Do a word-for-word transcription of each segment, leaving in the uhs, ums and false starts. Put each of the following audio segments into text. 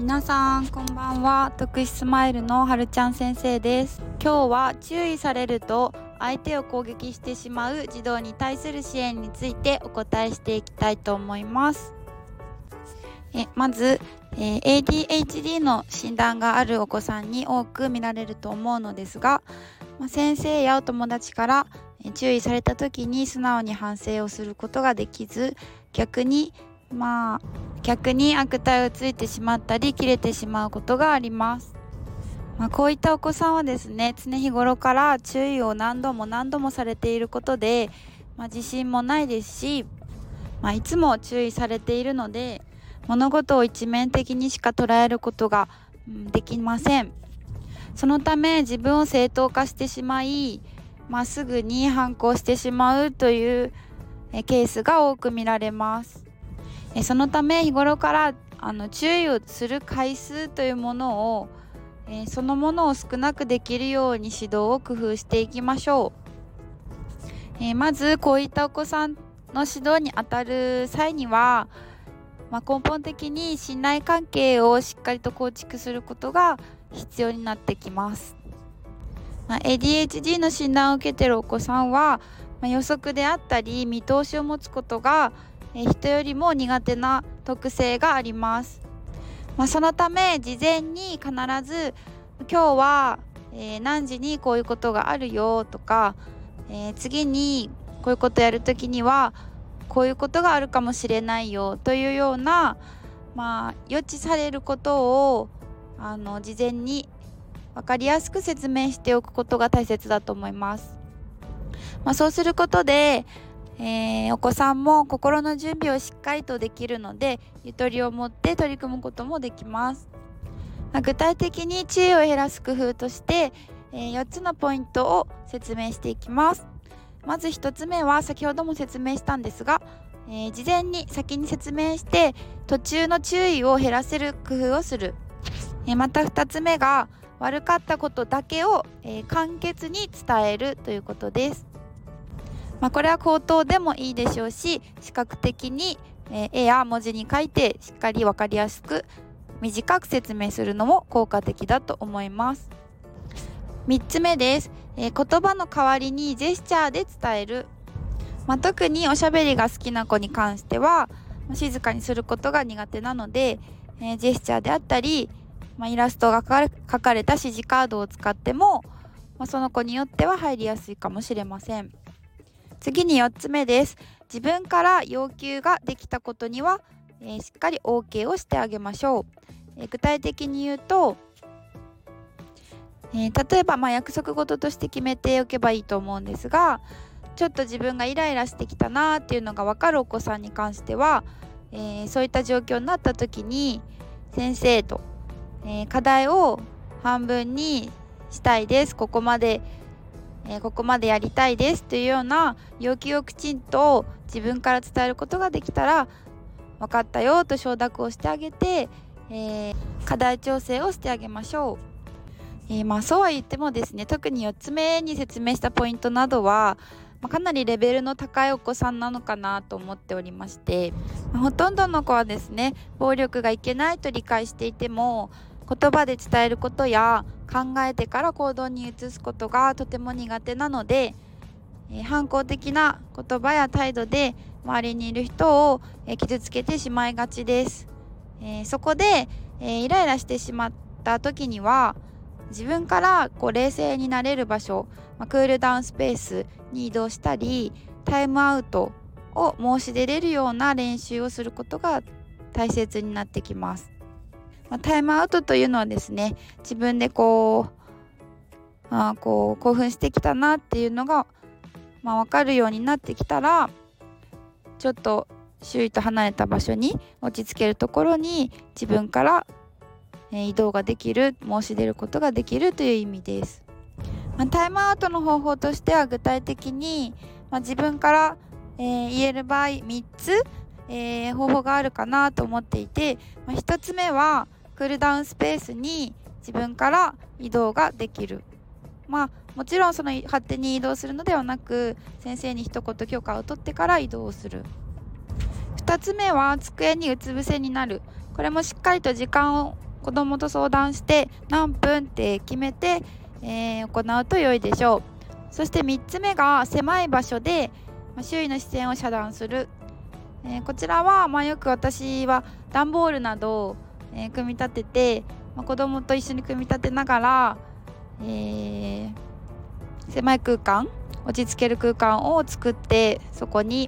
皆さんこんばんは。特殊スマイルのはるちゃん先生です。今日は注意されると相手を攻撃してしまう児童に対する支援についてお答えしていきたいと思います。えまず、えー、エーディーエイチディー の診断があるお子さんに多く見られると思うのですが、まあ、先生やお友達から注意された時に素直に反省をすることができず、逆にまあ逆に悪態をついてしまったり切れてしまうことがあります。まあ、こういったお子さんはですね、常日頃から注意を何度も何度もされていることで、まあ、自信もないですし、まあ、いつも注意されているので物事を一面的にしか捉えることが、うん、できません。そのため自分を正当化してしまい、まあ、すぐに反抗してしまうというケースが多く見られます。そのため日頃からあの注意をする回数というものを、えー、そのものを少なくできるように指導を工夫していきましょう。えー、まずこういったお子さんの指導にあたる際には、まあ、根本的に信頼関係をしっかりと構築することが必要になってきます。まあ、エーディーエイチディー の診断を受けているお子さんは、まあ、予測であったり見通しを持つことが人よりも苦手な特性があります。まあ、そのため事前に必ず今日は、えー、何時にこういうことがあるよとか、えー、次にこういうことやるときにはこういうことがあるかもしれないよというような、まあ、予知されることをあの事前に分かりやすく説明しておくことが大切だと思います。まあ、そうすることでえー、お子さんも心の準備をしっかりとできるので、ゆとりを持って取り組むこともできます。まあ、具体的に注意を減らす工夫として、えー、よっつのポイントを説明していきます。まずひとつめは先ほども説明したんですが、えー、事前に先に説明して途中の注意を減らせる工夫をする。えー、またふたつめが悪かったことだけを、えー、簡潔に伝えるということです。まあ、これは口頭でもいいでしょうし、視覚的に、えー、絵や文字に書いてしっかり分かりやすく短く説明するのも効果的だと思います。みっつめです。えー、言葉の代わりにジェスチャーで伝える。まあ、特におしゃべりが好きな子に関しては、まあ、静かにすることが苦手なので、えー、ジェスチャーであったり、まあ、イラストが書かれた指示カードを使っても、まあ、その子によっては入りやすいかもしれません。次によっつめです。自分から要求ができたことには、えー、しっかり オーケー をしてあげましょう。えー、具体的に言うと、えー、例えば、まあ、約束事として決めておけばいいと思うんですが、ちょっと自分がイライラしてきたなっていうのが分かるお子さんに関しては、えー、そういった状況になった時に先生と、えー、課題を半分にしたいです、ここまでえー、ここまでやりたいですというような要求をきちんと自分から伝えることができたら、分かったよと承諾をしてあげて、えー、課題調整をしてあげましょう。えー、まあそうは言ってもですね、特によっつめに説明したポイントなどは、まあ、かなりレベルの高いお子さんなのかなと思っておりまして、まあ、ほとんどの子はですね、暴力がいけないと理解していても言葉で伝えることや考えてから行動に移すことがとても苦手なので、えー、反抗的な言葉や態度で周りにいる人を、えー、傷つけてしまいがちです。えー、そこで、えー、イライラしてしまった時には自分からこう冷静になれる場所、まあ、クールダウンスペースに移動したりタイムアウトを申し出れるような練習をすることが大切になってきます。まあ、タイムアウトというのはですね、自分でこう、あこう興奮してきたなっていうのが、まあ、分かるようになってきたら、ちょっと周囲と離れた場所に落ち着けるところに自分から、えー、移動ができる、申し出ることができるという意味です。まあ、タイムアウトの方法としては具体的に、まあ、自分から、えー、言える場合みっつ、えー、方法があるかなと思っていて、まあ、ひとつめはクールダウンスペースに自分から移動ができる。まあもちろんその勝手に移動するのではなく、先生に一言許可を取ってから移動をする。ふたつめは机にうつ伏せになる。これもしっかりと時間を子どもと相談して何分って決めて、えー、行うと良いでしょう。そしてみっつめが狭い場所で周囲の視線を遮断する。えー、こちらは、まあ、よく私は段ボールなどを、えー、組み立てて、まあ、子供と一緒に組み立てながら、えー、狭い空間、落ち着ける空間を作ってそこに、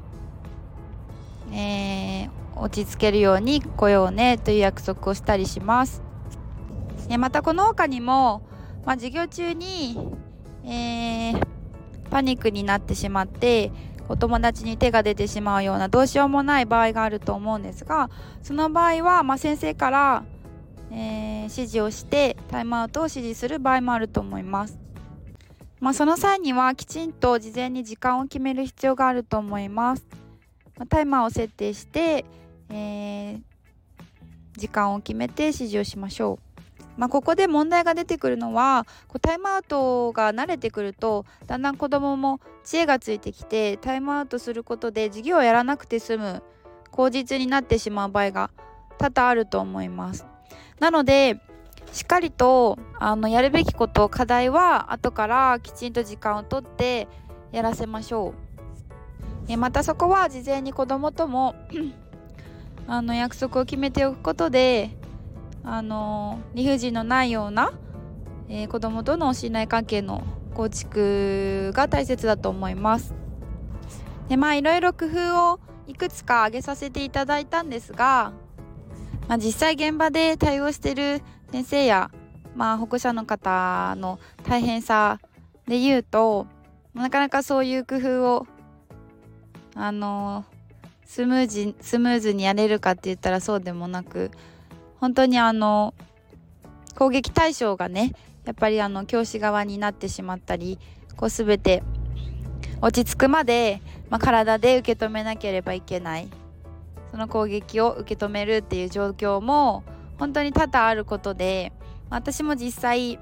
えー、落ち着けるように来ようねという約束をしたりします。えー、またこの他にも、まあ、授業中に、えー、パニックになってしまってお友達に手が出てしまうようなどうしようもない場合があると思うんですが、その場合は、まあ、先生から、えー、指示をしてタイムアウトを指示する場合もあると思います。まあ、その際にはきちんと事前に時間を決める必要があると思います。まあ、タイマーを設定して、えー、時間を決めて指示をしましょう。まあ、ここで問題が出てくるのは、こうタイムアウトが慣れてくるとだんだん子どもも知恵がついてきて、タイムアウトすることで授業をやらなくて済む口実になってしまう場合が多々あると思います。なのでしっかりとあのやるべきこと、課題は後からきちんと時間をとってやらせましょう。えまたそこは事前に子どもともあの約束を決めておくことで、あの理不尽のないような、えー、子どもとの信頼関係の構築が大切だと思います。でまあいろいろ工夫をいくつか挙げさせていただいたんですが、まあ、実際現場で対応している先生や、まあ、保護者の方の大変さで言うと、なかなかそういう工夫をあのスムーズ、スムーズにやれるかって言ったらそうでもなく、本当にあの攻撃対象がね、やっぱりあの教師側になってしまったり、こう全て落ち着くまで、まあ、体で受け止めなければいけない、その攻撃を受け止めるっていう状況も本当に多々あることで、私も実際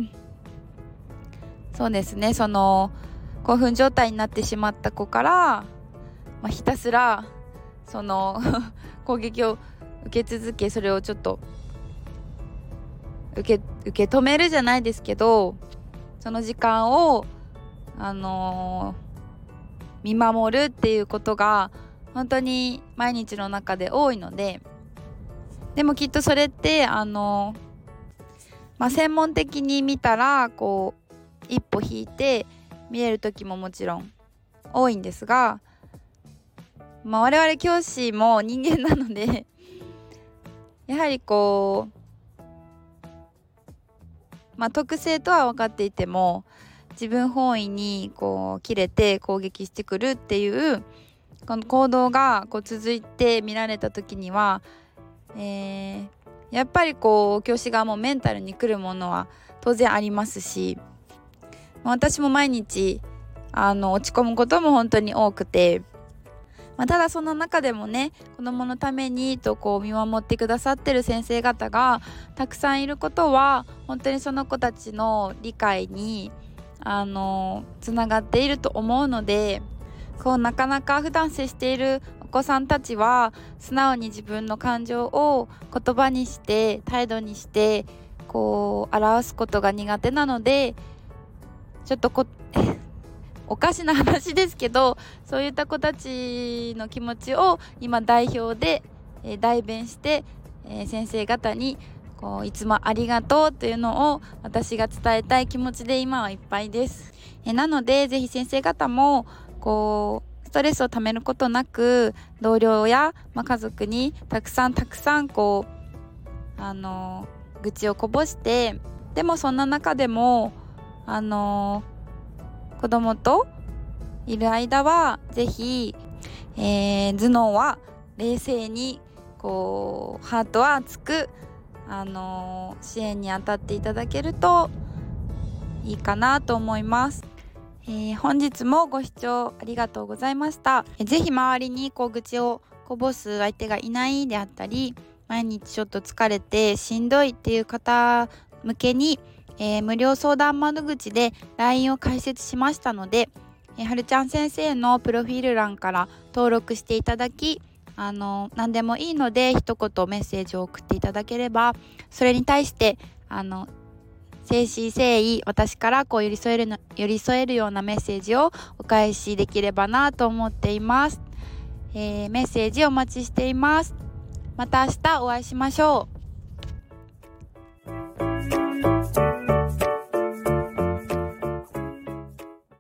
そうですね、その興奮状態になってしまった子から、まあ、ひたすらその攻撃を受け続け、それをちょっと受け、受け止めるじゃないですけど、その時間を、あのー、見守るっていうことが本当に毎日の中で多いので、でもきっとそれってあのーまあ、専門的に見たらこう一歩引いて見える時ももちろん多いんですが、まあ、我々教師も人間なのでやはりこう、まあ、特性とは分かっていても自分本位にこう切れて攻撃してくるっていうこの行動がこう続いて見られた時には、えー、やっぱりこう教師側もメンタルに来るものは当然ありますし、私も毎日あの落ち込むことも本当に多くて、まあ、ただその中でもね、子どものためにとこう見守ってくださってる先生方がたくさんいることは本当にその子たちの理解にあのつながっていると思うので、こうなかなか普段接しているお子さんたちは素直に自分の感情を言葉にして態度にしてこう表すことが苦手なので、ちょっとこおかしな話ですけど、そういった子たちの気持ちを今代表で、えー、代弁して、えー、先生方にこういつもありがとうというのを私が伝えたい気持ちで今はいっぱいです。えー、なのでぜひ先生方もこうストレスをためることなく同僚や、まあ、家族にたくさんたくさんこうあのー、愚痴をこぼして、でもそんな中でもあのー子供といる間はぜひ、えー、頭脳は冷静にこうハートは熱く、あのー、支援に当たっていただけるといいかなと思います。えー、本日もご視聴ありがとうございました。えー、ぜひ周りにこう愚痴をこぼす相手がいないであったり、毎日ちょっと疲れてしんどいっていう方向けにえー、無料相談窓口で ライン を開設しましたので、えー、はるちゃん先生のプロフィール欄から登録していただき、 あの何でもいいので一言メッセージを送っていただければ、それに対してあの誠心誠意私からこう寄り添えるの寄り添えるようなメッセージをお返しできればなと思っています。えー、メッセージお待ちしています。また明日お会いしましょう。